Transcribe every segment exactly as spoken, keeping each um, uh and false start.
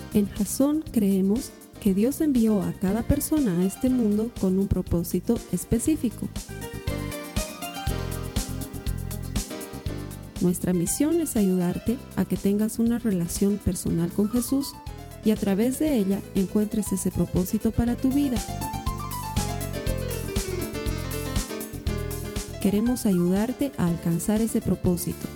En Jasón creemos que Dios envió a cada persona a este mundo con un propósito específico. Nuestra misión es ayudarte a que tengas una relación personal con Jesús y a través de ella encuentres ese propósito para tu vida. Queremos ayudarte a alcanzar ese propósito.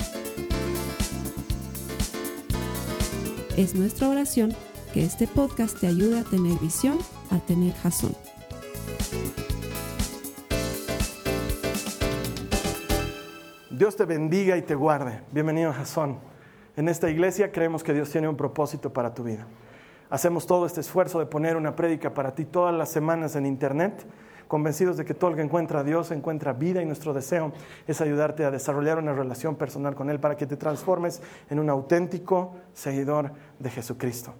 Es nuestra oración que este podcast te ayude a tener visión, a tener Jasón. Dios te bendiga y te guarde. Bienvenido a Jasón. En esta iglesia creemos que Dios tiene un propósito para tu vida. Hacemos todo este esfuerzo de poner una prédica para ti todas las semanas en internet, convencidos de que todo el que encuentra a Dios encuentra vida, y nuestro deseo es ayudarte a desarrollar una relación personal con Él para que te transformes en un auténtico seguidor de Jesucristo.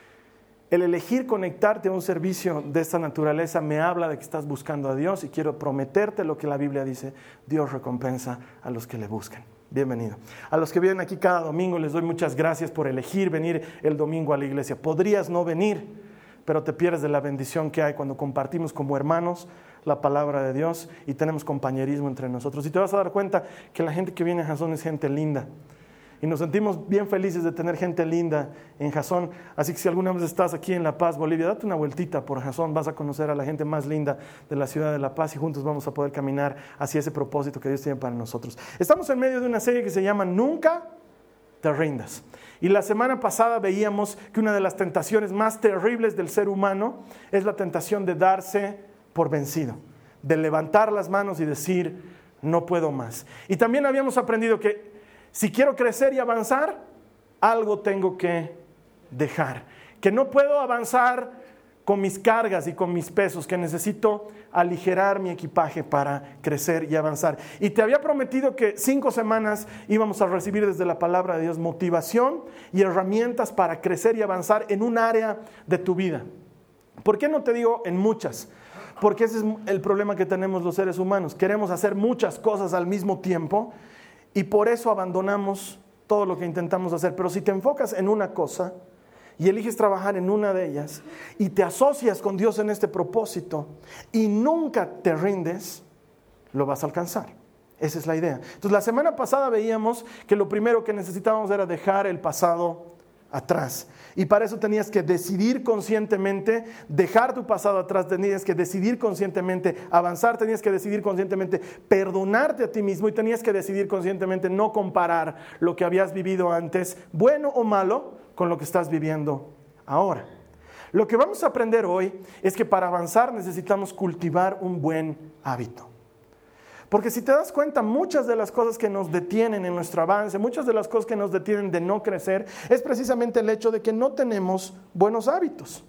El elegir conectarte a un servicio de esta naturaleza me habla de que estás buscando a Dios, y quiero prometerte lo que la Biblia dice: Dios recompensa a los que le buscan. Bienvenido. A los que vienen aquí cada domingo les doy muchas gracias por elegir venir el domingo a la iglesia. Podrías no venir, pero te pierdes de la bendición que hay cuando compartimos como hermanos la palabra de Dios y tenemos compañerismo entre nosotros. Y te vas a dar cuenta que la gente que viene a Jasón es gente linda. Y nos sentimos bien felices de tener gente linda en Jasón. Así que si alguna vez estás aquí en La Paz, Bolivia, date una vueltita por Jasón. Vas a conocer a la gente más linda de la ciudad de La Paz y juntos vamos a poder caminar hacia ese propósito que Dios tiene para nosotros. Estamos en medio de una serie que se llama Nunca te rindas. Y la semana pasada veíamos que una de las tentaciones más terribles del ser humano es la tentación de darse por vencido, de levantar las manos y decir, no puedo más. Y también habíamos aprendido que si quiero crecer y avanzar, algo tengo que dejar. Que no puedo avanzar con mis cargas y con mis pesos, que necesito aligerar mi equipaje para crecer y avanzar. Y te había prometido que cinco semanas íbamos a recibir desde la palabra de Dios motivación y herramientas para crecer y avanzar en un área de tu vida. ¿Por qué no te digo en muchas? Porque ese es el problema que tenemos los seres humanos. Queremos hacer muchas cosas al mismo tiempo y por eso abandonamos todo lo que intentamos hacer. Pero si te enfocas en una cosa y eliges trabajar en una de ellas y te asocias con Dios en este propósito y nunca te rindes, lo vas a alcanzar. Esa es la idea. Entonces la semana pasada veíamos que lo primero que necesitábamos era dejar el pasado atrás. Y para eso tenías que decidir conscientemente dejar tu pasado atrás, tenías que decidir conscientemente avanzar, tenías que decidir conscientemente perdonarte a ti mismo y tenías que decidir conscientemente no comparar lo que habías vivido antes, bueno o malo, con lo que estás viviendo ahora. Lo que vamos a aprender hoy es que para avanzar necesitamos cultivar un buen hábito. Porque si te das cuenta, muchas de las cosas que nos detienen en nuestro avance, muchas de las cosas que nos detienen de no crecer, es precisamente el hecho de que no tenemos buenos hábitos.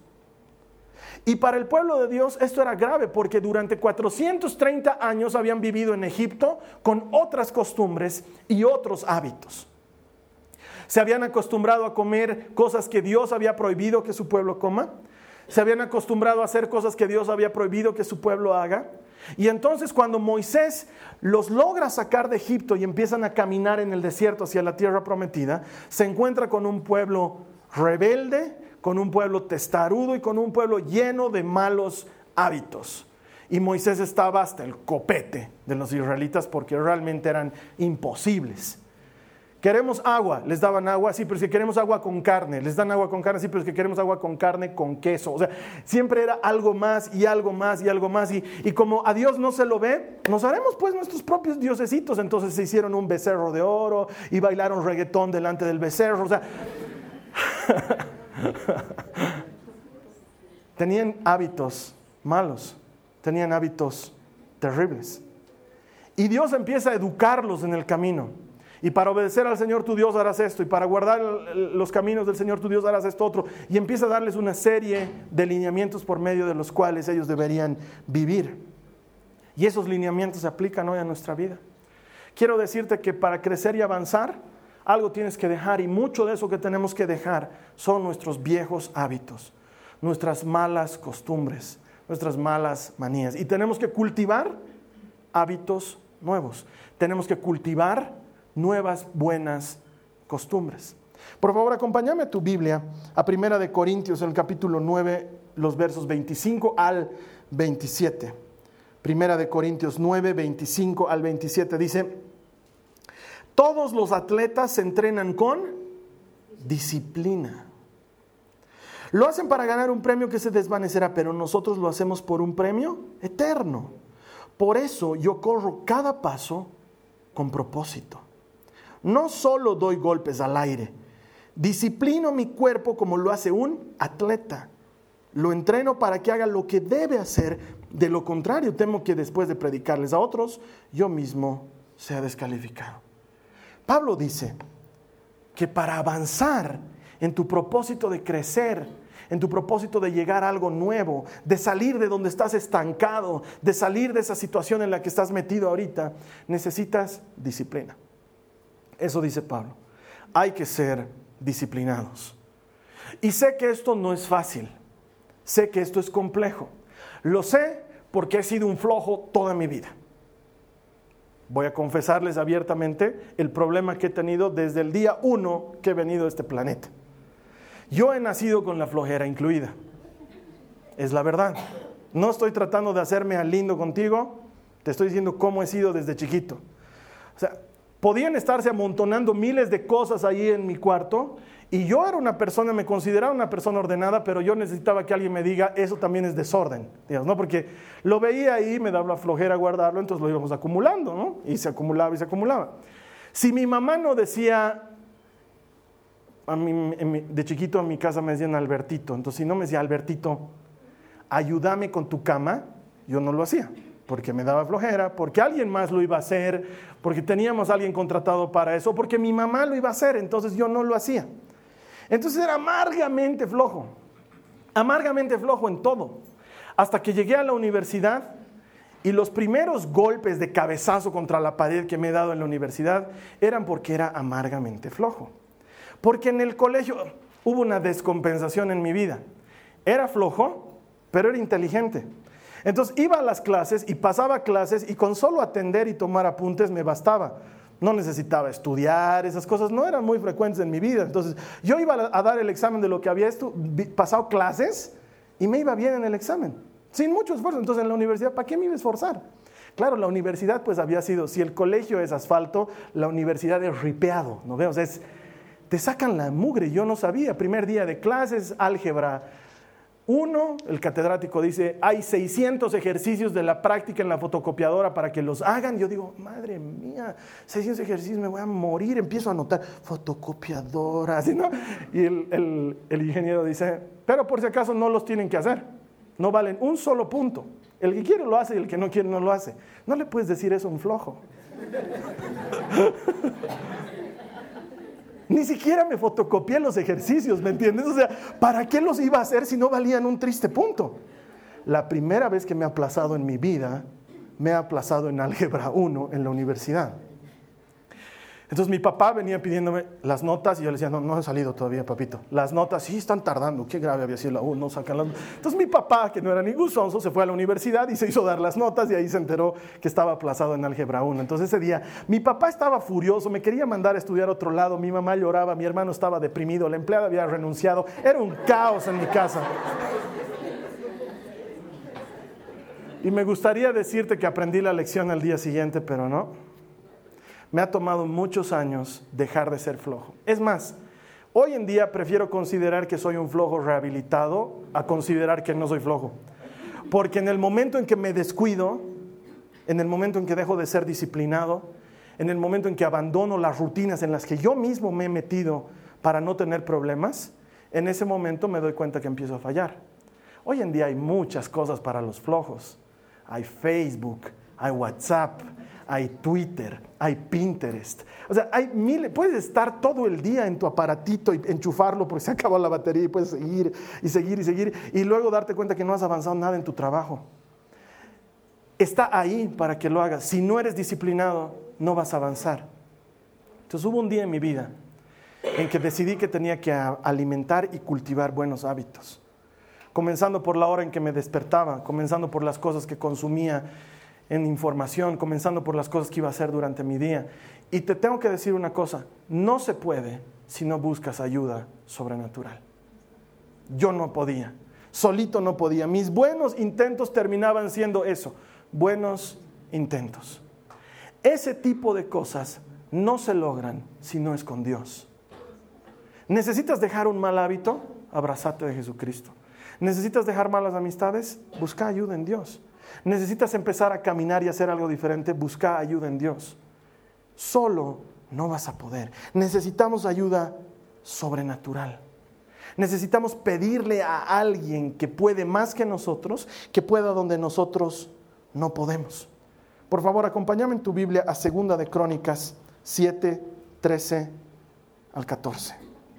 Y para el pueblo de Dios esto era grave, porque durante cuatrocientos treinta años habían vivido en Egipto con otras costumbres y otros hábitos. Se habían acostumbrado a comer cosas que Dios había prohibido que su pueblo coma. Se habían acostumbrado a hacer cosas que Dios había prohibido que su pueblo haga. Y entonces cuando Moisés los logra sacar de Egipto y empiezan a caminar en el desierto hacia la tierra prometida, se encuentra con un pueblo rebelde, con un pueblo testarudo y con un pueblo lleno de malos hábitos. Y Moisés estaba hasta el copete de los israelitas porque realmente eran imposibles. Queremos agua, les daban agua, sí, pero es que queremos agua con carne, les dan agua con carne, sí, pero es que queremos agua con carne, con queso. O sea, siempre era algo más y algo más y algo más. Y, y como a Dios no se lo ve, nos haremos pues nuestros propios diosesitos. Entonces se hicieron un becerro de oro y bailaron reggaetón delante del becerro. O sea, tenían hábitos malos, tenían hábitos terribles. Y Dios empieza a educarlos en el camino. Y para obedecer al Señor tu Dios harás esto, y para guardar los caminos del Señor tu Dios harás esto otro. Y empieza a darles una serie de lineamientos por medio de los cuales ellos deberían vivir. Y esos lineamientos se aplican hoy a nuestra vida. Quiero decirte que para crecer y avanzar, algo tienes que dejar, y mucho de eso que tenemos que dejar son nuestros viejos hábitos, nuestras malas costumbres, nuestras malas manías. Y tenemos que cultivar hábitos nuevos. Tenemos que cultivar nuevas buenas costumbres. Por favor, acompáñame a tu Biblia, a Primera de Corintios, en el capítulo nueve, los versos veinticinco al veintisiete. Primera de Corintios nueve, veinticinco al veintisiete, dice: todos los atletas se entrenan con disciplina. Lo hacen para ganar un premio que se desvanecerá, pero nosotros lo hacemos por un premio eterno. Por eso yo corro cada paso con propósito. No solo doy golpes al aire, disciplino mi cuerpo como lo hace un atleta. Lo entreno para que haga lo que debe hacer. De lo contrario, temo que después de predicarles a otros, yo mismo sea descalificado. Pablo dice que para avanzar en tu propósito de crecer, en tu propósito de llegar a algo nuevo, de salir de donde estás estancado, de salir de esa situación en la que estás metido ahorita, necesitas disciplina. Eso dice Pablo. Hay que ser disciplinados. Y sé que esto no es fácil. Sé que esto es complejo. Lo sé porque he sido un flojo toda mi vida. Voy a confesarles abiertamente el problema que he tenido desde el día uno que he venido a este planeta. Yo he nacido con la flojera incluida. Es la verdad. No estoy tratando de hacerme al lindo contigo. Te estoy diciendo cómo he sido desde chiquito. O sea, podían estarse amontonando miles de cosas ahí en mi cuarto y yo era una persona, me consideraba una persona ordenada, pero yo necesitaba que alguien me diga, eso también es desorden, digamos, ¿no? Porque lo veía ahí, me daba la flojera guardarlo, entonces lo íbamos acumulando, ¿no? Y se acumulaba y se acumulaba. Si mi mamá no decía, a mí, de chiquito en mi casa me decían Albertito, entonces si no me decía Albertito, ayúdame con tu cama, yo no lo hacía. Porque me daba flojera, porque alguien más lo iba a hacer, porque teníamos a alguien contratado para eso, porque mi mamá lo iba a hacer, entonces yo no lo hacía. Entonces era amargamente flojo, amargamente flojo en todo. Hasta que llegué a la universidad y los primeros golpes de cabezazo contra la pared que me he dado en la universidad eran porque era amargamente flojo. Porque en el colegio hubo una descompensación en mi vida. Era flojo, pero era inteligente. Entonces iba a las clases y pasaba clases y con solo atender y tomar apuntes me bastaba. No necesitaba estudiar, esas cosas no eran muy frecuentes en mi vida. Entonces yo iba a dar el examen de lo que había estu- pasado clases y me iba bien en el examen, sin mucho esfuerzo. Entonces en la universidad, ¿para qué me iba a esforzar? Claro, la universidad pues había sido, si el colegio es asfalto, la universidad es ripeado, ¿no veo? O sea, es, te sacan la mugre, yo no sabía. Primer día de clases, álgebra uno, el catedrático dice, hay seiscientos ejercicios de la práctica en la fotocopiadora para que los hagan. Yo digo, madre mía, seiscientos ejercicios, me voy a morir. Empiezo a anotar, fotocopiadora, ¿sí, no? Y el, el, el ingeniero dice, pero por si acaso no los tienen que hacer. No valen un solo punto. El que quiere lo hace y el que no quiere no lo hace. No le puedes decir eso a un flojo. Ni siquiera me fotocopié los ejercicios, ¿me entiendes? O sea, ¿para qué los iba a hacer si no valían un triste punto? La primera vez que me ha aplazado en mi vida, me ha aplazado en álgebra uno en la universidad. Entonces mi papá venía pidiéndome las notas y yo le decía, no, no han salido todavía, papito. Las notas sí están tardando, qué grave había sido la U, no sacan las notas. Entonces mi papá, que no era ningún sonso, se fue a la universidad y se hizo dar las notas y ahí se enteró que estaba aplazado en álgebra uno. Entonces ese día mi papá estaba furioso, me quería mandar a estudiar a otro lado, mi mamá lloraba, mi hermano estaba deprimido, la empleada había renunciado, era un caos en mi casa. Y me gustaría decirte que aprendí la lección al día siguiente, pero no. Me ha tomado muchos años dejar de ser flojo. Es más, hoy en día prefiero considerar que soy un flojo rehabilitado a considerar que no soy flojo. Porque en el momento en que me descuido, en el momento en que dejo de ser disciplinado, en el momento en que abandono las rutinas en las que yo mismo me he metido para no tener problemas, en ese momento me doy cuenta que empiezo a fallar. Hoy en día hay muchas cosas para los flojos. Hay Facebook, hay WhatsApp, hay Twitter, hay Pinterest. O sea, hay miles, puedes estar todo el día en tu aparatito y enchufarlo porque se acabó la batería y puedes seguir y seguir y seguir y luego darte cuenta que no has avanzado nada en tu trabajo. Está ahí para que lo hagas. Si no eres disciplinado, no vas a avanzar. Entonces hubo un día en mi vida en que decidí que tenía que alimentar y cultivar buenos hábitos. Comenzando por la hora en que me despertaba, comenzando por las cosas que consumía en información, comenzando por las cosas que iba a hacer durante mi día. Y te tengo que decir una cosa, no se puede si no buscas ayuda sobrenatural. Yo no podía, solito no podía. Mis buenos intentos terminaban siendo eso, buenos intentos. Ese tipo de cosas no se logran si no es con Dios. ¿Necesitas dejar un mal hábito? Abrázate de Jesucristo. ¿Necesitas dejar malas amistades? Busca ayuda en Dios. ¿Necesitas empezar a caminar y hacer algo diferente? Busca ayuda en Dios. Solo no vas a poder. Necesitamos ayuda sobrenatural. Necesitamos pedirle a alguien que puede más que nosotros, que pueda donde nosotros no podemos. Por favor, acompáñame en tu Biblia a Segunda de Crónicas siete, trece al catorce.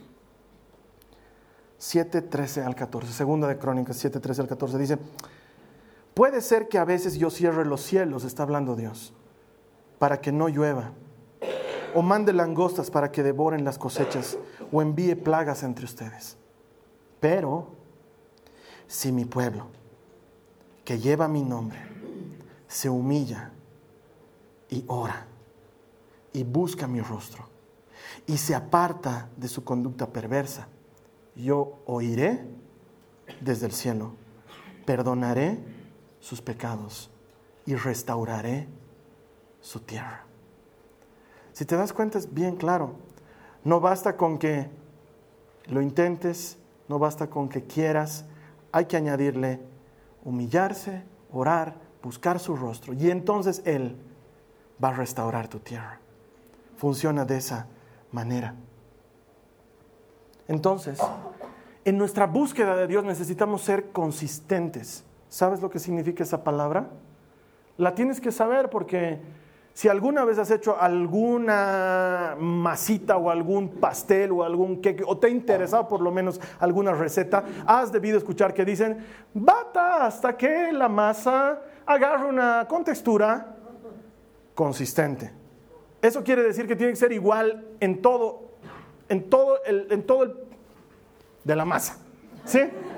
siete, trece al catorce. Segunda de Crónicas siete, trece al catorce. Dice, puede ser que a veces yo cierre los cielos, está hablando Dios, para que no llueva, o mande langostas para que devoren las cosechas, o envíe plagas entre ustedes. Pero si mi pueblo, que lleva mi nombre, se humilla y ora y busca mi rostro y se aparta de su conducta perversa, yo oiré desde el cielo, perdonaré sus pecados y restauraré su tierra. Si te das cuenta, es bien claro. No basta con que lo intentes, no basta con que quieras, hay que añadirle humillarse, orar, buscar su rostro, y entonces Él va a restaurar tu tierra. Funciona de esa manera. Entonces, en nuestra búsqueda de Dios necesitamos ser consistentes. ¿Sabes lo que significa esa palabra? La tienes que saber, porque si alguna vez has hecho alguna masita o algún pastel o algún queque, o te ha interesado por lo menos alguna receta, has debido escuchar que dicen, bata hasta que la masa agarre una contextura consistente. Eso quiere decir que tiene que ser igual en todo, en todo el, en todo el de la masa, ¿sí?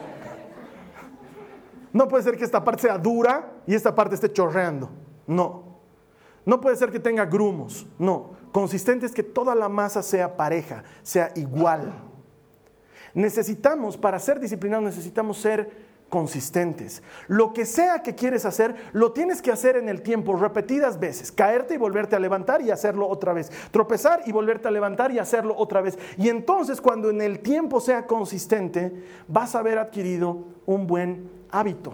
No puede ser que esta parte sea dura y esta parte esté chorreando, no. No puede ser que tenga grumos, no. Consistente es que toda la masa sea pareja, sea igual. Necesitamos, para ser disciplinados, necesitamos ser consistentes. Lo que sea que quieres hacer, lo tienes que hacer en el tiempo, repetidas veces. Caerte y volverte a levantar y hacerlo otra vez. Tropezar y volverte a levantar y hacerlo otra vez. Y entonces, cuando en el tiempo sea consistente, vas a haber adquirido un buen hábito.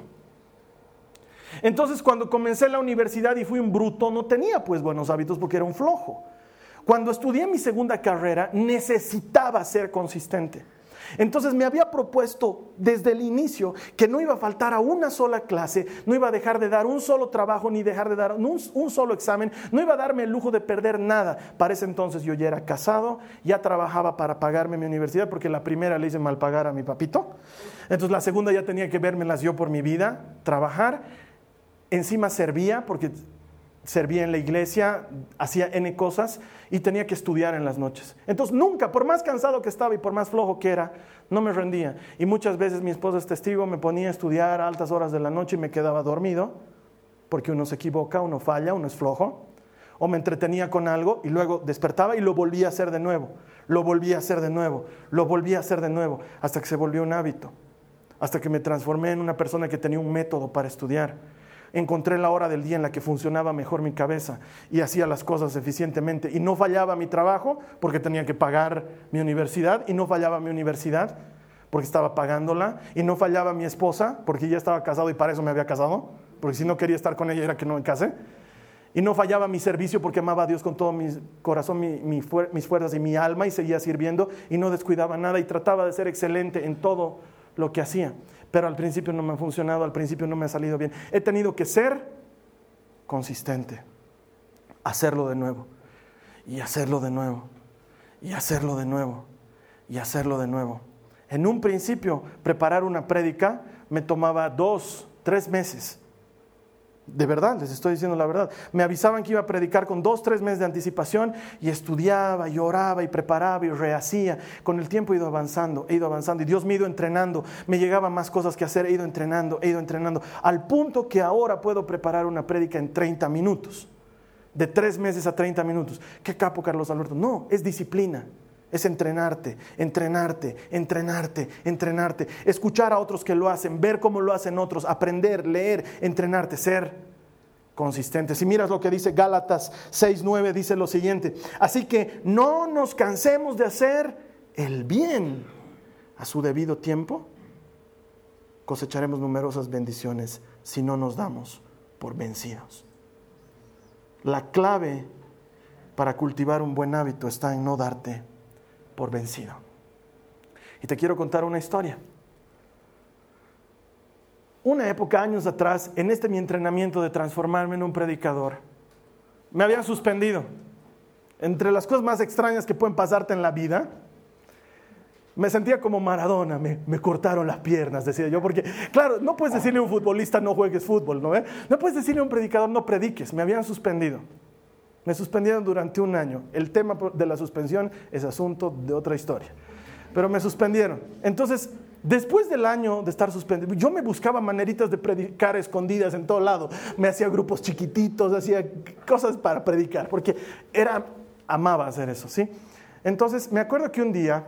Entonces, cuando comencé la universidad y fui un bruto, no tenía pues buenos hábitos porque era un flojo. Cuando estudié mi segunda carrera, necesitaba ser consistente. Entonces me había propuesto desde el inicio que no iba a faltar a una sola clase, no iba a dejar de dar un solo trabajo, ni dejar de dar un, un solo examen, no iba a darme el lujo de perder nada. Para ese entonces yo ya era casado, ya trabajaba para pagarme mi universidad, porque la primera le hice mal pagar a mi papito. Entonces la segunda ya tenía que vérmelas yo por mi vida, trabajar. Encima servía, porque servía en la iglesia, hacía N cosas y tenía que estudiar en las noches. Entonces nunca, por más cansado que estaba y por más flojo que era, no me rendía. Y muchas veces mi esposa es testigo, me ponía a estudiar a altas horas de la noche y me quedaba dormido, porque uno se equivoca, uno falla, uno es flojo. O me entretenía con algo y luego despertaba y lo volvía a hacer de nuevo, lo volvía a hacer de nuevo, lo volvía a hacer de nuevo, hasta que se volvió un hábito, hasta que me transformé en una persona que tenía un método para estudiar. Encontré la hora del día en la que funcionaba mejor mi cabeza y hacía las cosas eficientemente. Y no fallaba mi trabajo porque tenía que pagar mi universidad, y no fallaba mi universidad porque estaba pagándola, y no fallaba mi esposa porque ya estaba casado y para eso me había casado, porque si no quería estar con ella era que no me casé. Y no fallaba mi servicio porque amaba a Dios con todo mi corazón, mi, mi fuer- mis fuerzas y mi alma, y seguía sirviendo y no descuidaba nada y trataba de ser excelente en todo lo que hacía. Pero al principio no me ha funcionado, al principio no me ha salido bien. He tenido que ser consistente, hacerlo de nuevo, y hacerlo de nuevo, y hacerlo de nuevo, y hacerlo de nuevo. En un principio, preparar una prédica me tomaba dos, tres meses. De verdad, les estoy diciendo la verdad. Me avisaban que iba a predicar con dos, tres meses de anticipación y estudiaba, y oraba, y preparaba, y rehacía. Con el tiempo he ido avanzando, he ido avanzando y Dios me ha ido entrenando. Me llegaban más cosas que hacer, he ido entrenando, he ido entrenando. Al punto que ahora puedo preparar una prédica en treinta minutos. De tres meses a treinta minutos. ¿Qué capo, Carlos Alberto? No, es disciplina. Es entrenarte, entrenarte, entrenarte, entrenarte. Escuchar a otros que lo hacen, ver cómo lo hacen otros, aprender, leer, entrenarte, ser consistente. Si miras lo que dice Gálatas seis nueve, dice lo siguiente: así que no nos cansemos de hacer el bien. A su debido tiempo cosecharemos numerosas bendiciones si no nos damos por vencidos. La clave para cultivar un buen hábito está en no darte por vencido. Y te quiero contar una historia. Una época, años atrás, en este mi entrenamiento de transformarme en un predicador, me habían suspendido. Entre las cosas más extrañas que pueden pasarte en la vida, me sentía como Maradona, me, me cortaron las piernas, decía yo, porque claro, no puedes decirle a un futbolista no juegues fútbol, ¿no? ¿Eh? No puedes decirle a un predicador no prediques. Me habían suspendido. Me suspendieron durante un año. El tema de la suspensión es asunto de otra historia. Pero me suspendieron. Entonces, después del año de estar suspendido, yo me buscaba maneritas de predicar escondidas en todo lado. Me hacía grupos chiquititos, hacía cosas para predicar, porque era, amaba hacer eso, ¿sí? Entonces, me acuerdo que un día,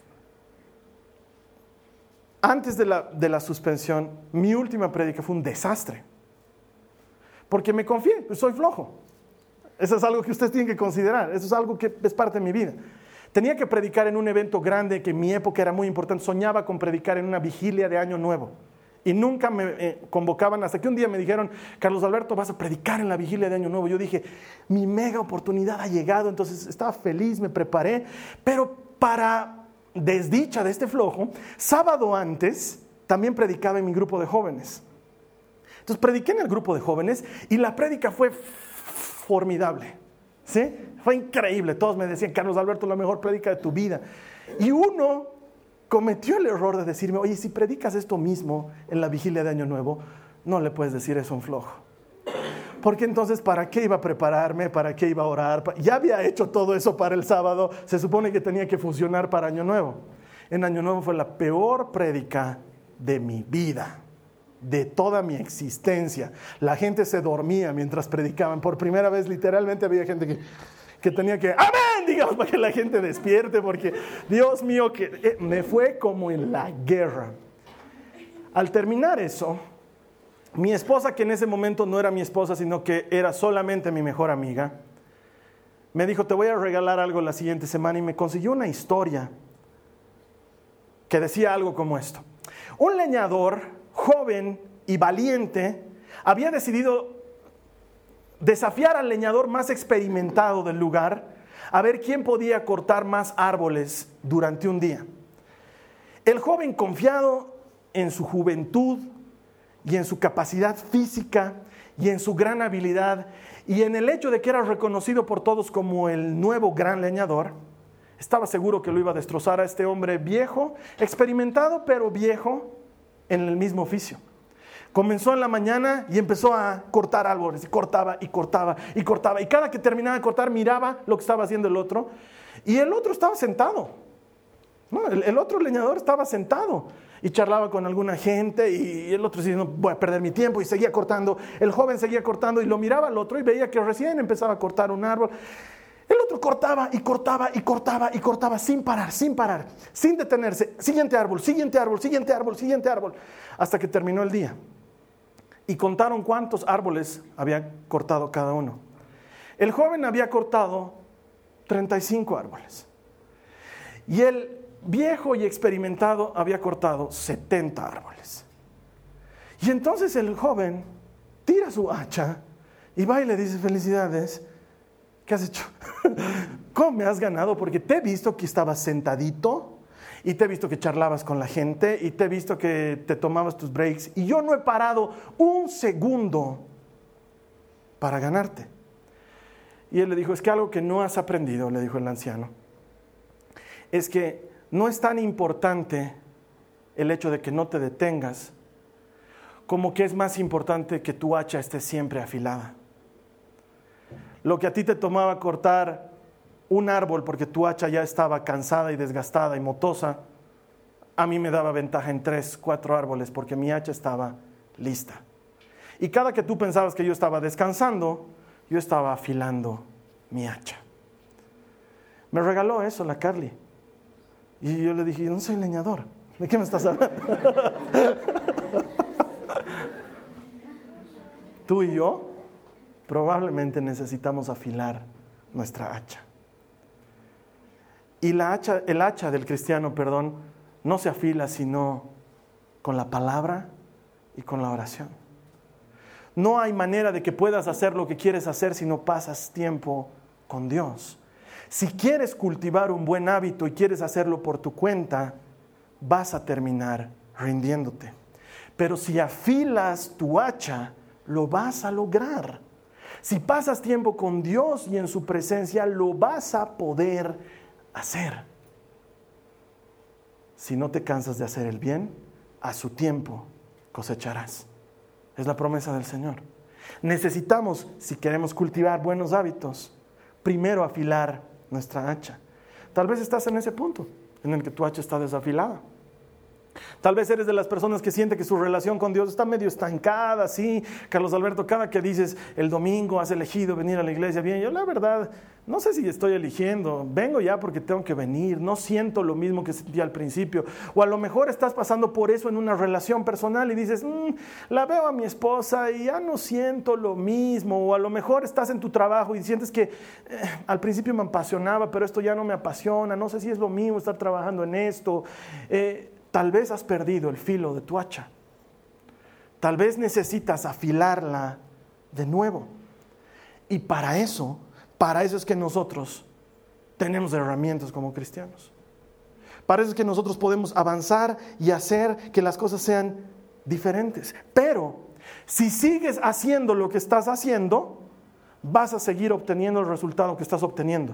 antes de la, de la suspensión, mi última prédica fue un desastre. Porque me confié, soy flojo. Eso es algo que ustedes tienen que considerar. Eso es algo que es parte de mi vida. Tenía que predicar en un evento grande que en mi época era muy importante. Soñaba con predicar en una vigilia de Año Nuevo. Y nunca me eh, convocaban hasta que un día me dijeron: Carlos Alberto, vas a predicar en la vigilia de Año Nuevo. Yo dije, mi mega oportunidad ha llegado. Entonces estaba feliz, me preparé. Pero para desdicha de este flojo, sábado antes también predicaba en mi grupo de jóvenes. Entonces prediqué en el grupo de jóvenes y la prédica fue formidable, ¿sí? Fue increíble. Todos me decían: Carlos Alberto, la mejor prédica de tu vida. Y uno cometió el error de decirme: oye, si predicas esto mismo en la vigilia de Año Nuevo, no le puedes decir eso a un flojo. Porque entonces, ¿para qué iba a prepararme? ¿Para qué iba a orar? Ya había hecho todo eso para el sábado. Se supone que tenía que funcionar para Año Nuevo. En Año Nuevo fue la peor prédica de mi vida, de toda mi existencia. La gente se dormía mientras predicaban. Por primera vez, literalmente, había gente que, que tenía que, amén, digamos, para que la gente despierte, porque, Dios mío, que eh, me fue como en la guerra. Al terminar eso, mi esposa, que en ese momento no era mi esposa, sino que era solamente mi mejor amiga, me dijo: te voy a regalar algo la siguiente semana, y me consiguió una historia que decía algo como esto. Un leñador joven y valiente había decidido desafiar al leñador más experimentado del lugar a ver quién podía cortar más árboles durante un día. El joven, confiado en su juventud y en su capacidad física y en su gran habilidad y en el hecho de que era reconocido por todos como el nuevo gran leñador, estaba seguro que lo iba a destrozar a este hombre viejo, experimentado pero viejo en el mismo oficio. Comenzó en la mañana y empezó a cortar árboles, y cortaba y cortaba y cortaba, y cada que terminaba de cortar miraba lo que estaba haciendo el otro, y el otro estaba sentado, ¿no? el, el otro leñador estaba sentado y charlaba con alguna gente, y el otro decía: no voy a perder mi tiempo, y seguía cortando. El joven seguía cortando y lo miraba al otro y veía que recién empezaba a cortar un árbol. El otro cortaba y cortaba y cortaba y cortaba sin parar, sin parar, sin detenerse. Siguiente árbol, siguiente árbol, siguiente árbol, siguiente árbol, hasta que terminó el día. Y contaron cuántos árboles había cortado cada uno. El joven había cortado treinta y cinco árboles. Y el viejo y experimentado había cortado setenta árboles. Y entonces el joven tira su hacha y va y le dice: felicidades. ¿Qué has hecho? ¿Cómo me has ganado? Porque te he visto que estabas sentadito, y te he visto que charlabas con la gente, y te he visto que te tomabas tus breaks, y yo no he parado un segundo para ganarte. Y él le dijo: es que algo que no has aprendido, le dijo el anciano, es que no es tan importante el hecho de que no te detengas como que es más importante que tu hacha esté siempre afilada. Lo que a ti te tomaba cortar un árbol porque tu hacha ya estaba cansada y desgastada y motosa, a mí me daba ventaja en tres, cuatro árboles porque mi hacha estaba lista. Y cada que tú pensabas que yo estaba descansando, yo estaba afilando mi hacha. Me regaló eso la Carly. Y yo le dije, no soy leñador. ¿De qué me estás hablando? Tú y yo probablemente necesitamos afilar nuestra hacha. Y la hacha, el hacha del cristiano, perdón, no se afila sino con la palabra y con la oración. No hay manera de que puedas hacer lo que quieres hacer si no pasas tiempo con Dios. Si quieres cultivar un buen hábito y quieres hacerlo por tu cuenta, vas a terminar rindiéndote. Pero si afilas tu hacha, lo vas a lograr. Si pasas tiempo con Dios y en su presencia, lo vas a poder hacer. Si no te cansas de hacer el bien, a su tiempo cosecharás. Es la promesa del Señor. Necesitamos, si queremos cultivar buenos hábitos, primero afilar nuestra hacha. Tal vez estás en ese punto en el que tu hacha está desafilada. Tal vez eres de las personas que siente que su relación con Dios está medio estancada, sí. Carlos Alberto, cada que dices el domingo has elegido venir a la iglesia, bien, yo la verdad no sé si estoy eligiendo, vengo ya porque tengo que venir, no siento lo mismo que sentía al principio. O a lo mejor estás pasando por eso en una relación personal y dices, mmm, la veo a mi esposa y ya no siento lo mismo. O a lo mejor estás en tu trabajo y sientes que eh, al principio me apasionaba, pero esto ya no me apasiona, no sé si es lo mismo estar trabajando en esto. Eh, Tal vez has perdido el filo de tu hacha. Tal vez necesitas afilarla de nuevo. Y para eso, para eso es que nosotros tenemos herramientas como cristianos. Para eso es que nosotros podemos avanzar y hacer que las cosas sean diferentes. Pero si sigues haciendo lo que estás haciendo, vas a seguir obteniendo el resultado que estás obteniendo.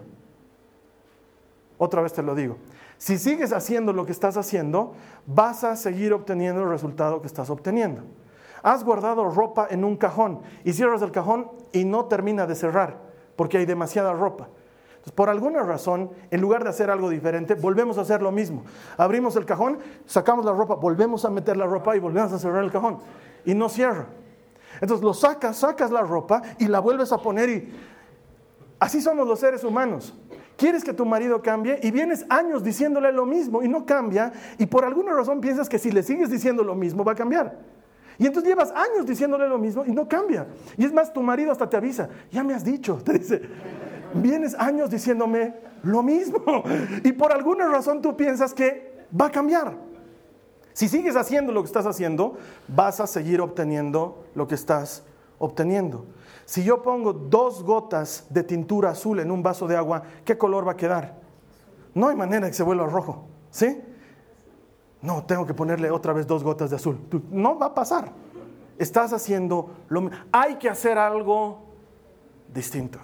Otra vez te lo digo. Si sigues haciendo lo que estás haciendo, vas a seguir obteniendo el resultado que estás obteniendo. Has guardado ropa en un cajón y cierras el cajón y no termina de cerrar porque hay demasiada ropa. Entonces, por alguna razón, en lugar de hacer algo diferente, volvemos a hacer lo mismo. Abrimos el cajón, sacamos la ropa, volvemos a meter la ropa y volvemos a cerrar el cajón. Y no cierra. Entonces lo sacas, sacas la ropa y la vuelves a poner y... Así somos los seres humanos. Quieres que tu marido cambie y vienes años diciéndole lo mismo y no cambia, y por alguna razón piensas que si le sigues diciendo lo mismo va a cambiar. Y entonces llevas años diciéndole lo mismo y no cambia. Y es más, tu marido hasta te avisa, ya me has dicho, te dice, vienes años diciéndome lo mismo. Y por alguna razón tú piensas que va a cambiar. Si sigues haciendo lo que estás haciendo, vas a seguir obteniendo lo que estás obteniendo. Si yo pongo dos gotas de tintura azul en un vaso de agua, ¿qué color va a quedar? No hay manera de que se vuelva rojo, ¿sí? No, tengo que ponerle otra vez dos gotas de azul. No va a pasar. Estás haciendo lo mismo. Hay que hacer algo distinto.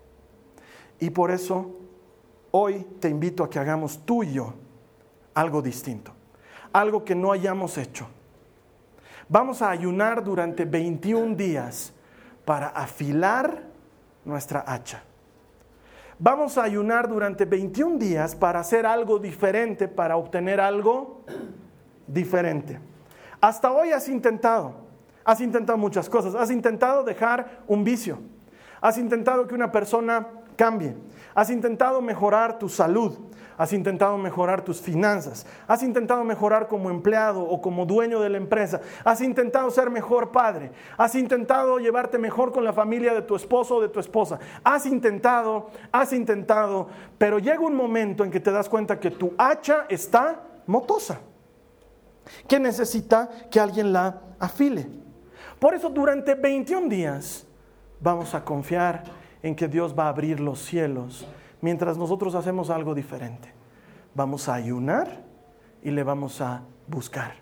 Y por eso, hoy te invito a que hagamos tú y yo algo distinto. Algo que no hayamos hecho. Vamos a ayunar durante veintiún días para afilar nuestra hacha. Vamos a ayunar durante veintiún días para hacer algo diferente, para obtener algo diferente. Hasta hoy has intentado, has intentado muchas cosas. Has intentado dejar un vicio. Has intentado que una persona cambie. Has intentado mejorar tu salud. Has intentado mejorar tus finanzas. Has intentado mejorar como empleado o como dueño de la empresa. Has intentado ser mejor padre. Has intentado llevarte mejor con la familia de tu esposo o de tu esposa. Has intentado, has intentado, pero llega un momento en que te das cuenta que tu hacha está motosa, que necesita que alguien la afile. Por eso durante veintiún días vamos a confiar en que Dios va a abrir los cielos mientras nosotros hacemos algo diferente. Vamos a ayunar y le vamos a buscar.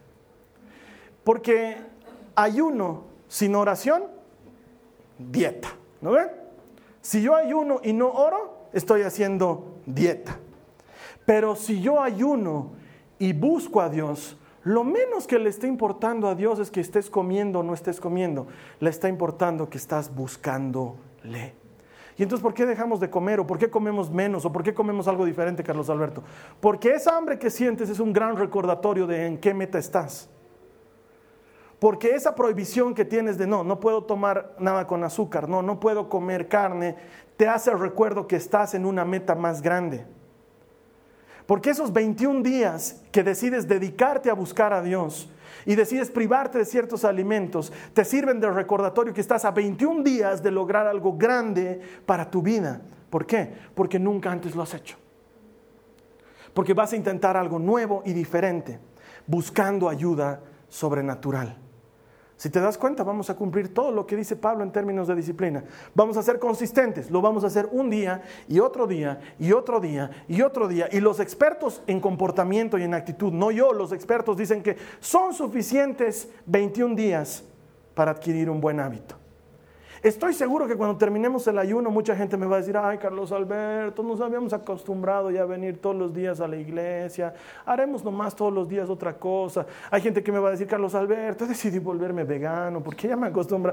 Porque ayuno sin oración, dieta, ¿no ven? Si yo ayuno y no oro, estoy haciendo dieta. Pero si yo ayuno y busco a Dios, Lo menos que le está importando a Dios es que estés comiendo o no estés comiendo. Le está importando que estás buscándole. Y entonces, ¿por qué dejamos de comer? ¿O por qué comemos menos? ¿O por qué comemos algo diferente, Carlos Alberto? Porque esa hambre que sientes es un gran recordatorio de en qué meta estás. Porque esa prohibición que tienes de no, no puedo tomar nada con azúcar, no, no puedo comer carne, te hace el recuerdo que estás en una meta más grande. Porque esos veintiún días que decides dedicarte a buscar a Dios y decides privarte de ciertos alimentos, te sirven de recordatorio que estás a veintiún días de lograr algo grande para tu vida. ¿Por qué? Porque nunca antes lo has hecho. Porque vas a intentar algo nuevo y diferente, buscando ayuda sobrenatural. Si te das cuenta, vamos a cumplir todo lo que dice Pablo en términos de disciplina. Vamos a ser consistentes, lo vamos a hacer un día y otro día y otro día y otro día. Y los expertos en comportamiento y en actitud, no yo, los expertos dicen que son suficientes veintiún días para adquirir un buen hábito. Estoy seguro que cuando terminemos el ayuno, mucha gente me va a decir, ay, Carlos Alberto, nos habíamos acostumbrado ya a venir todos los días a la iglesia, haremos nomás todos los días otra cosa. Hay gente que me va a decir, Carlos Alberto, decidí volverme vegano, porque ya me acostumbro.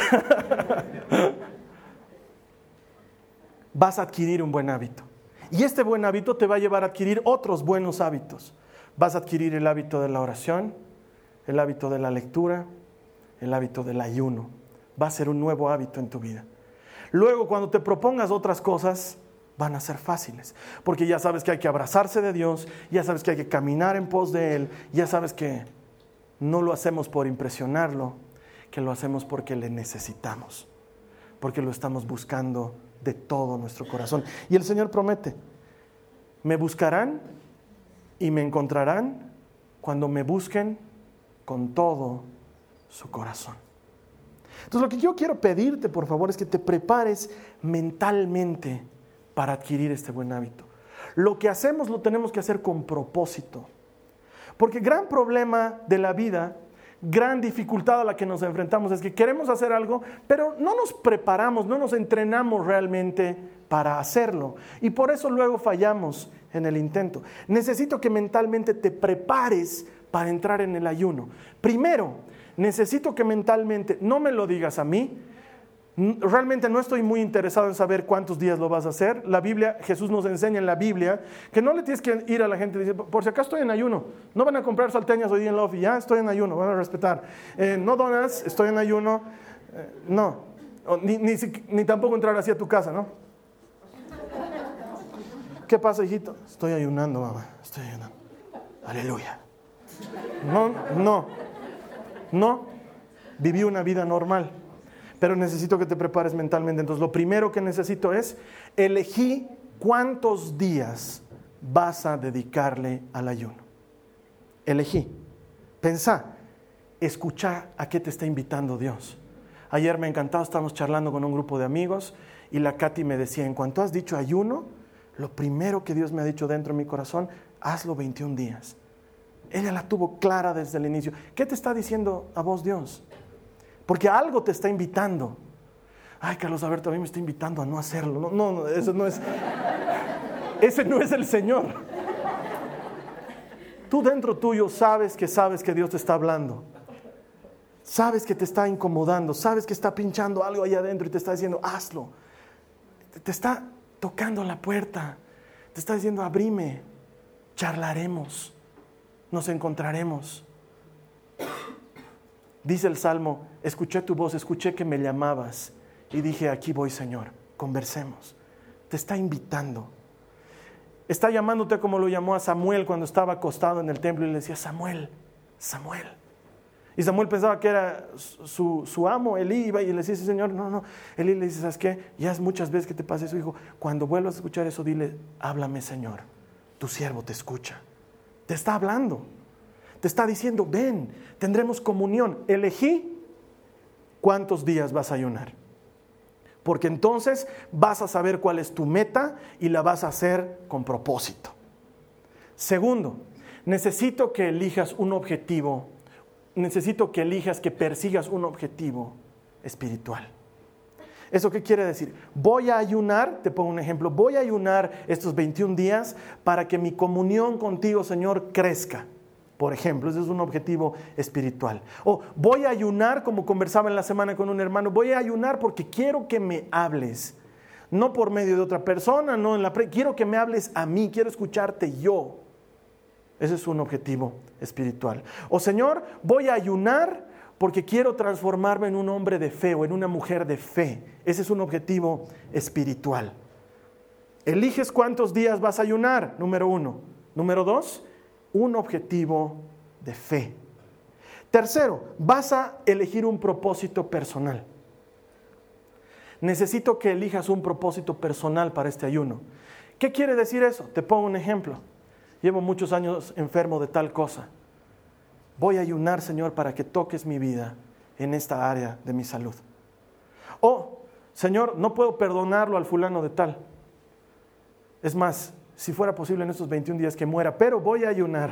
Vas a adquirir un buen hábito. Y este buen hábito te va a llevar a adquirir otros buenos hábitos. Vas a adquirir el hábito de la oración, el hábito de la lectura, el hábito del ayuno. Va a ser un nuevo hábito en tu vida. Luego, cuando te propongas otras cosas, van a ser fáciles. Porque ya sabes que hay que abrazarse de Dios, ya sabes que hay que caminar en pos de Él, ya sabes que no lo hacemos por impresionarlo, que lo hacemos porque le necesitamos, porque lo estamos buscando de todo nuestro corazón. Y el Señor promete, me buscarán y me encontrarán cuando me busquen con todo su corazón. Entonces, lo que yo quiero pedirte, por favor, es que te prepares mentalmente para adquirir este buen hábito. Lo que hacemos lo tenemos que hacer con propósito. Porque gran problema de la vida, gran dificultad a la que nos enfrentamos es que queremos hacer algo, pero no nos preparamos, no nos entrenamos realmente para hacerlo. Y por eso luego fallamos en el intento. Necesito que mentalmente te prepares para entrar en el ayuno. Primero, necesito que mentalmente, no me lo digas a mí, realmente no estoy muy interesado en saber cuántos días lo vas a hacer. La Biblia, Jesús nos enseña en la Biblia que no le tienes que ir a la gente y decir, por si acaso estoy en ayuno, no van a comprar salteñas hoy día en la ofi, ya estoy en ayuno, van a respetar. Eh, no donas, estoy en ayuno, eh, no, ni, ni, ni tampoco entrar así a tu casa, ¿no? ¿Qué pasa, hijito? Estoy ayunando, mamá, estoy ayunando. Aleluya. No, no. No, viví una vida normal, pero necesito que te prepares mentalmente. Entonces, lo primero que necesito es elegí cuántos días vas a dedicarle al ayuno. Elegí. Pensá, escuchá a qué te está invitando Dios. Ayer me encantaba, estábamos charlando con un grupo de amigos y la Katy me decía, en cuanto has dicho ayuno, lo primero que Dios me ha dicho dentro de mi corazón, hazlo veintiún días. Ella la tuvo clara desde el inicio. ¿Qué te está diciendo a vos Dios? Porque algo te está invitando. Ay, Carlos Alberto, a mí me está invitando a no hacerlo. No, no, no, eso no es. Ese no es el Señor. Tú dentro tuyo sabes que sabes que Dios te está hablando. Sabes que te está incomodando. Sabes que está pinchando algo allá adentro y te está diciendo, hazlo. Te está tocando la puerta. Te está diciendo, abrime, charlaremos. Nos encontraremos. Dice el Salmo, escuché tu voz, escuché que me llamabas y dije, aquí voy, Señor, conversemos. Te está invitando. Está llamándote como lo llamó a Samuel cuando estaba acostado en el templo y le decía, Samuel, Samuel. Y Samuel pensaba que era su, su amo, Elí, iba y le decía, Señor, no, no. Elí le dice, ¿sabes qué? Ya es muchas veces que te pasa eso, hijo. Cuando vuelvas a escuchar eso, dile, háblame, Señor, tu siervo te escucha. Te está hablando, te está diciendo, ven, tendremos comunión. Elegí cuántos días vas a ayunar. Porque entonces vas a saber cuál es tu meta y la vas a hacer con propósito. Segundo, necesito que elijas un objetivo, necesito que elijas, que persigas un objetivo espiritual. ¿Eso qué quiere decir? Voy a ayunar, te pongo un ejemplo, voy a ayunar estos veintiún días para que mi comunión contigo, Señor, crezca. por ejemplo. Ese es un objetivo espiritual. O voy a ayunar, como conversaba en la semana con un hermano, voy a ayunar porque quiero que me hables. No por medio de otra persona, no en la pre- quiero que me hables a mí, quiero escucharte yo. Ese es un objetivo espiritual. O Señor, voy a ayunar porque quiero transformarme en un hombre de fe o en una mujer de fe. Ese es un objetivo espiritual. Eliges cuántos días vas a ayunar, número uno. Número dos, un objetivo de fe. Tercero, vas a elegir un propósito personal. Necesito que elijas un propósito personal para este ayuno. ¿Qué quiere decir eso? Te pongo un ejemplo. Llevo muchos años enfermo de tal cosa. Voy a ayunar, Señor, para que toques mi vida en esta área de mi salud. O, Señor, no puedo perdonarlo al fulano de tal. Es más, si fuera posible en estos veintiún días que muera, pero voy a ayunar.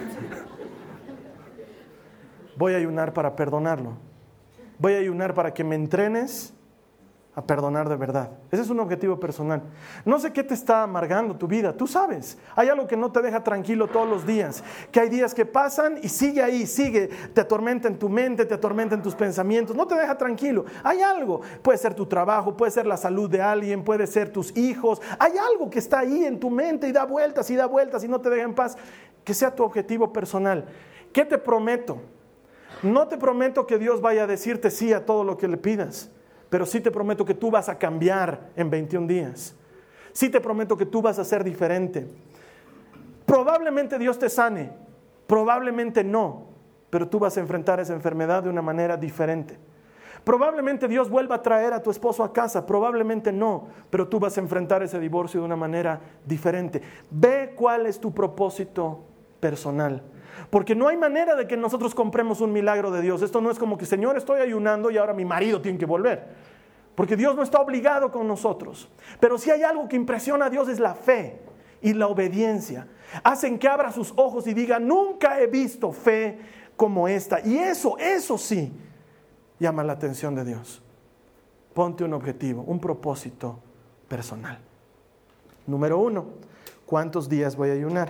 Voy a ayunar para perdonarlo. Voy a ayunar para que me entrenes a perdonar de verdad. Ese es un objetivo personal. No sé qué te está amargando tu vida, tú sabes. Hay algo que no te deja tranquilo todos los días, que hay días que pasan y sigue ahí, sigue, te atormenta en tu mente, te atormenta en tus pensamientos, no te deja tranquilo. Hay algo, puede ser tu trabajo, puede ser la salud de alguien, puede ser tus hijos. Hay algo que está ahí en tu mente y da vueltas y da vueltas y no te deja en paz. Que sea tu objetivo personal. ¿Qué te prometo? No te prometo que Dios vaya a decirte sí a todo lo que le pidas. Pero sí te prometo que tú vas a cambiar en veintiún días. Sí te prometo que tú vas a ser diferente. Probablemente Dios te sane, probablemente no, pero tú vas a enfrentar esa enfermedad de una manera diferente. Probablemente Dios vuelva a traer a tu esposo a casa, probablemente no, pero tú vas a enfrentar ese divorcio de una manera diferente. Ve cuál es tu propósito personal. Porque no hay manera de que nosotros compremos un milagro de Dios. Esto no es como que, Señor, estoy ayunando y ahora mi marido tiene que volver. Porque Dios no está obligado con nosotros. Pero si hay algo que impresiona a Dios es la fe y la obediencia. Hacen que abra sus ojos y diga, nunca he visto fe como esta. Y eso, eso sí, llama la atención de Dios. Ponte un objetivo, un propósito personal. Número uno, ¿cuántos días voy a ayunar?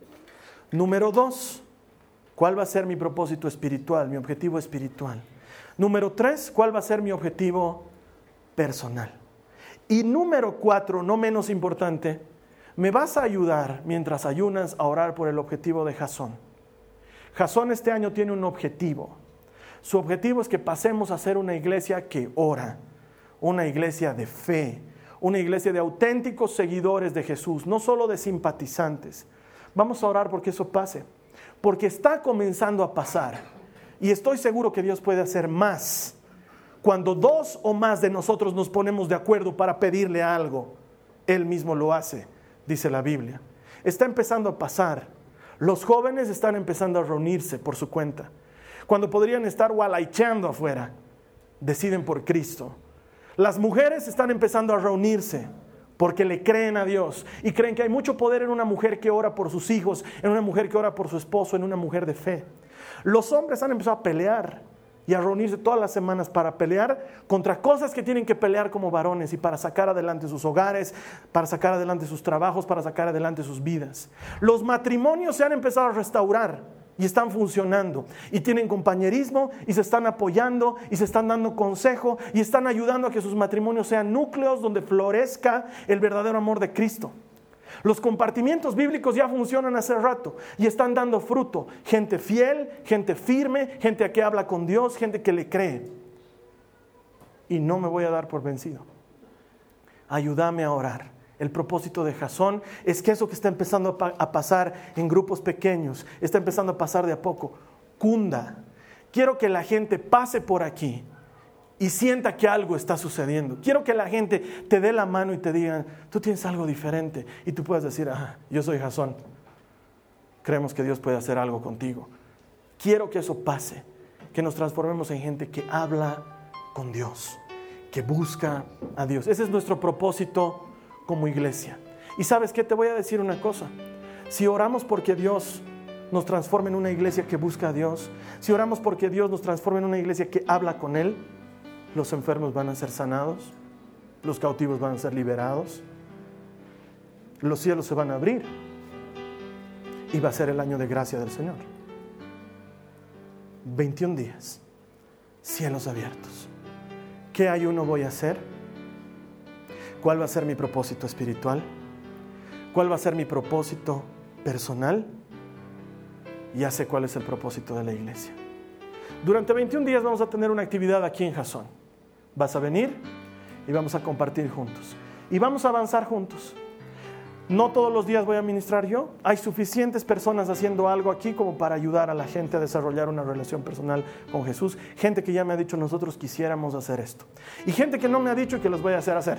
Número dos, ¿cuál va a ser mi propósito espiritual, mi objetivo espiritual? Número tres, ¿cuál va a ser mi objetivo personal? Y número cuatro, no menos importante, me vas a ayudar mientras ayunas a orar por el objetivo de Jasón. Jasón este año tiene un objetivo. Su objetivo es que pasemos a ser una iglesia que ora, una iglesia de fe, una iglesia de auténticos seguidores de Jesús, no solo de simpatizantes. Vamos a orar porque eso pase, porque está comenzando a pasar y estoy seguro que Dios puede hacer más. Cuando dos o más de nosotros nos ponemos de acuerdo para pedirle algo, Él mismo lo hace, dice la Biblia. Está empezando a pasar. Los jóvenes están empezando a reunirse por su cuenta. Cuando podrían estar gualaicheando afuera, deciden por Cristo. Las mujeres están empezando a reunirse porque le creen a Dios y creen que hay mucho poder en una mujer que ora por sus hijos, en una mujer que ora por su esposo, en una mujer de fe. Los hombres han empezado a pelear y a reunirse todas las semanas para pelear contra cosas que tienen que pelear como varones y para sacar adelante sus hogares, para sacar adelante sus trabajos, para sacar adelante sus vidas. Los matrimonios se han empezado a restaurar y están funcionando y tienen compañerismo y se están apoyando y se están dando consejo y están ayudando a que sus matrimonios sean núcleos donde florezca el verdadero amor de Cristo. Los compartimientos bíblicos ya funcionan hace rato y están dando fruto. Gente fiel, gente firme, gente que habla con Dios, gente que le cree. Y no me voy a dar por vencido. Ayúdame a orar. El propósito de Jasón es que eso que está empezando a, pa- a pasar en grupos pequeños, está empezando a pasar de a poco, cunda. Quiero que la gente pase por aquí y sienta que algo está sucediendo. Quiero que la gente te dé la mano y te diga, tú tienes algo diferente. Y tú puedas decir, ah, yo soy Jasón. Creemos que Dios puede hacer algo contigo. Quiero que eso pase, que nos transformemos en gente que habla con Dios, que busca a Dios. Ese es nuestro propósito como iglesia. Y ¿sabes qué? Te voy a decir una cosa. Si oramos porque Dios nos transforme en una iglesia que busca a Dios, si oramos porque Dios nos transforme en una iglesia que habla con Él, los enfermos van a ser sanados, los cautivos van a ser liberados, los cielos se van a abrir y va a ser el año de gracia del Señor. veintiún días, cielos abiertos. ¿Qué ayuno voy a hacer? ¿Cuál va a ser mi propósito espiritual? ¿Cuál va a ser mi propósito personal? Ya sé cuál es el propósito de la iglesia. Durante veintiún días vamos a tener una actividad aquí en Jasón. Vas a venir y vamos a compartir juntos. Y vamos a avanzar juntos. No todos los días voy a ministrar yo. Hay suficientes personas haciendo algo aquí como para ayudar a la gente a desarrollar una relación personal con Jesús. Gente que ya me ha dicho, nosotros quisiéramos hacer esto. Y gente que no me ha dicho que los voy a hacer hacer.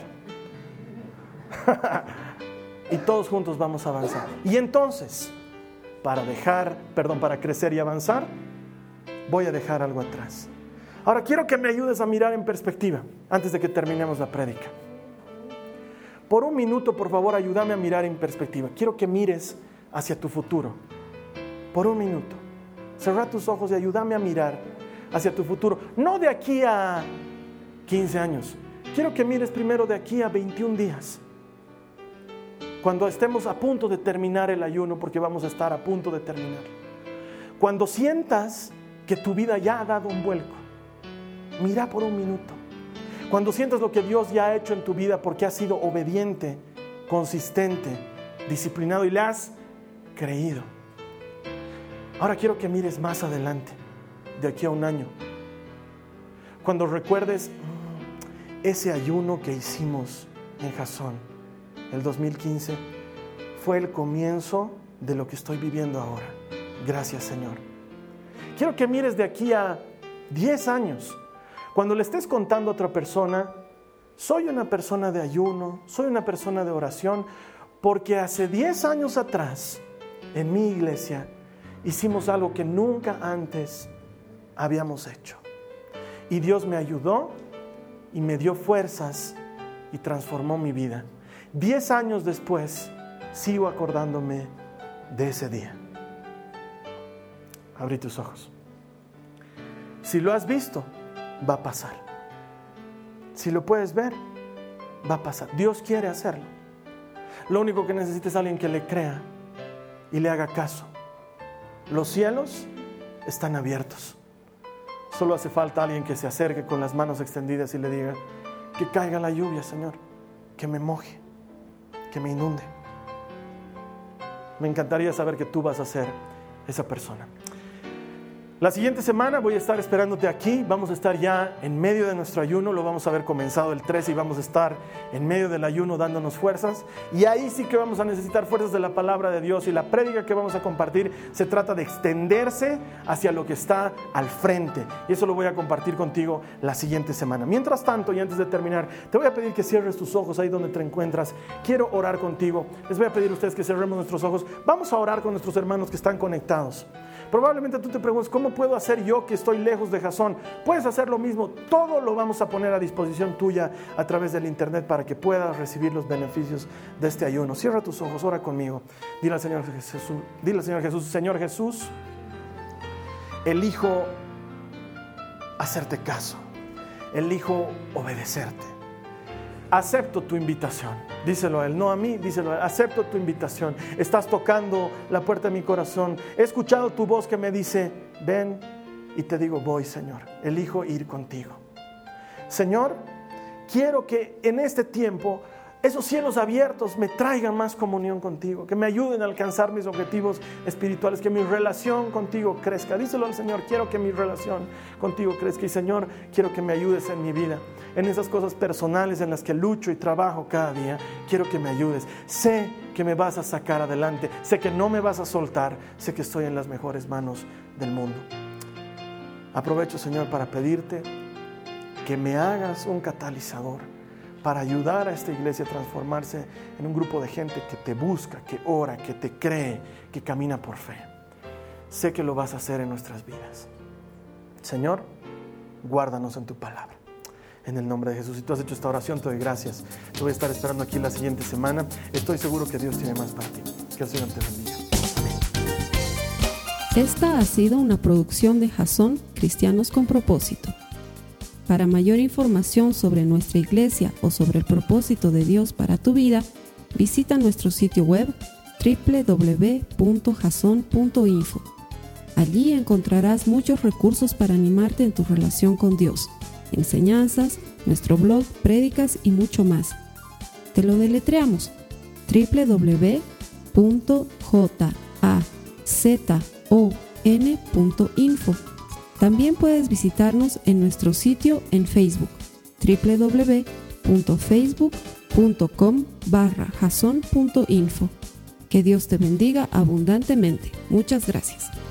Y todos juntos vamos a avanzar. Y entonces, para dejar, perdón, para crecer y avanzar, voy a dejar algo atrás. Ahora quiero que me ayudes a mirar en perspectiva antes de que terminemos la prédica. Por un minuto, por favor, ayúdame a mirar en perspectiva. Quiero que mires hacia tu futuro. Por un minuto. Cerra tus ojos y ayúdame a mirar hacia tu futuro. No de aquí a quince años. Quiero que mires primero de aquí a veintiún días. Cuando estemos a punto de terminar el ayuno, porque vamos a estar a punto de terminar. Cuando sientas que tu vida ya ha dado un vuelco, mira por un minuto. Cuando sientas lo que Dios ya ha hecho en tu vida porque has sido obediente, consistente, disciplinado y le has creído. Ahora quiero que mires más adelante, de aquí a un año. Cuando recuerdes ese ayuno que hicimos en Jasón, el dos mil quince, fue el comienzo de lo que estoy viviendo ahora. Gracias, Señor. Quiero que mires de aquí a diez años. Cuando le estés contando a otra persona, soy una persona de ayuno, soy una persona de oración, porque hace diez años atrás, en mi iglesia, hicimos algo que nunca antes habíamos hecho. Y Dios me ayudó y me dio fuerzas y transformó mi vida. Diez años después, sigo acordándome de ese día. Abrí tus ojos. Si lo has visto, va a pasar. Si lo puedes ver, va a pasar. Dios quiere hacerlo. Lo único que necesita es alguien que le crea y le haga caso. Los cielos están abiertos. Solo hace falta alguien que se acerque con las manos extendidas y le diga: que caiga la lluvia, Señor, que me moje, que me inunde. Me encantaría saber que tú vas a ser esa persona. La siguiente semana voy a estar esperándote aquí. Vamos a estar ya en medio de nuestro ayuno. Lo vamos a haber comenzado el trece y vamos a estar en medio del ayuno dándonos fuerzas. Y ahí sí que vamos a necesitar fuerzas de la palabra de Dios. Y la prédica que vamos a compartir se trata de extenderse hacia lo que está al frente. Y eso lo voy a compartir contigo la siguiente semana. Mientras tanto, y antes de terminar, te voy a pedir que cierres tus ojos ahí donde te encuentras. Quiero orar contigo. Les voy a pedir a ustedes que cerremos nuestros ojos. Vamos a orar con nuestros hermanos que están conectados. Probablemente tú te preguntes: ¿cómo puedo hacer yo que estoy lejos de Jasón? Puedes hacer lo mismo. Todo lo vamos a poner a disposición tuya a través del internet para que puedas recibir los beneficios de este ayuno. Cierra tus ojos, ora conmigo. Dile al Señor Jesús, dile al Señor Jesús: Señor Jesús, elijo hacerte caso, elijo obedecerte. Acepto tu invitación. Díselo a Él, no a mí, díselo a Él. Acepto tu invitación. Estás tocando la puerta de mi corazón. He escuchado tu voz que me dice: ven, y te digo: voy, Señor. Elijo ir contigo. Señor, quiero que en este tiempo esos cielos abiertos me traigan más comunión contigo, que me ayuden a alcanzar mis objetivos espirituales, que mi relación contigo crezca. Díselo al Señor: quiero que mi relación contigo crezca. Y Señor, quiero que me ayudes en mi vida, en esas cosas personales en las que lucho y trabajo cada día. Quiero que me ayudes. Sé que me vas a sacar adelante, sé que no me vas a soltar, sé que estoy en las mejores manos del mundo. Aprovecho, Señor, para pedirte que me hagas un catalizador para ayudar a esta iglesia a transformarse en un grupo de gente que te busca, que ora, que te cree, que camina por fe. Sé que lo vas a hacer en nuestras vidas. Señor, guárdanos en tu palabra. En el nombre de Jesús. Si tú has hecho esta oración, te doy gracias. Te voy a estar esperando aquí la siguiente semana. Estoy seguro que Dios tiene más para ti. Que el Señor te bendiga. Esta ha sido una producción de Jasón Cristianos con Propósito. Para mayor información sobre nuestra iglesia o sobre el propósito de Dios para tu vida, visita nuestro sitio web doble u doble u doble u punto jason punto info. Allí encontrarás muchos recursos para animarte en tu relación con Dios, enseñanzas, nuestro blog, prédicas y mucho más. Te lo deletreamos: doble u doble u doble u punto jazon punto info. También puedes visitarnos en nuestro sitio en Facebook, doble u doble u doble u punto facebook punto com barra jazon punto info. Que Dios te bendiga abundantemente. Muchas gracias.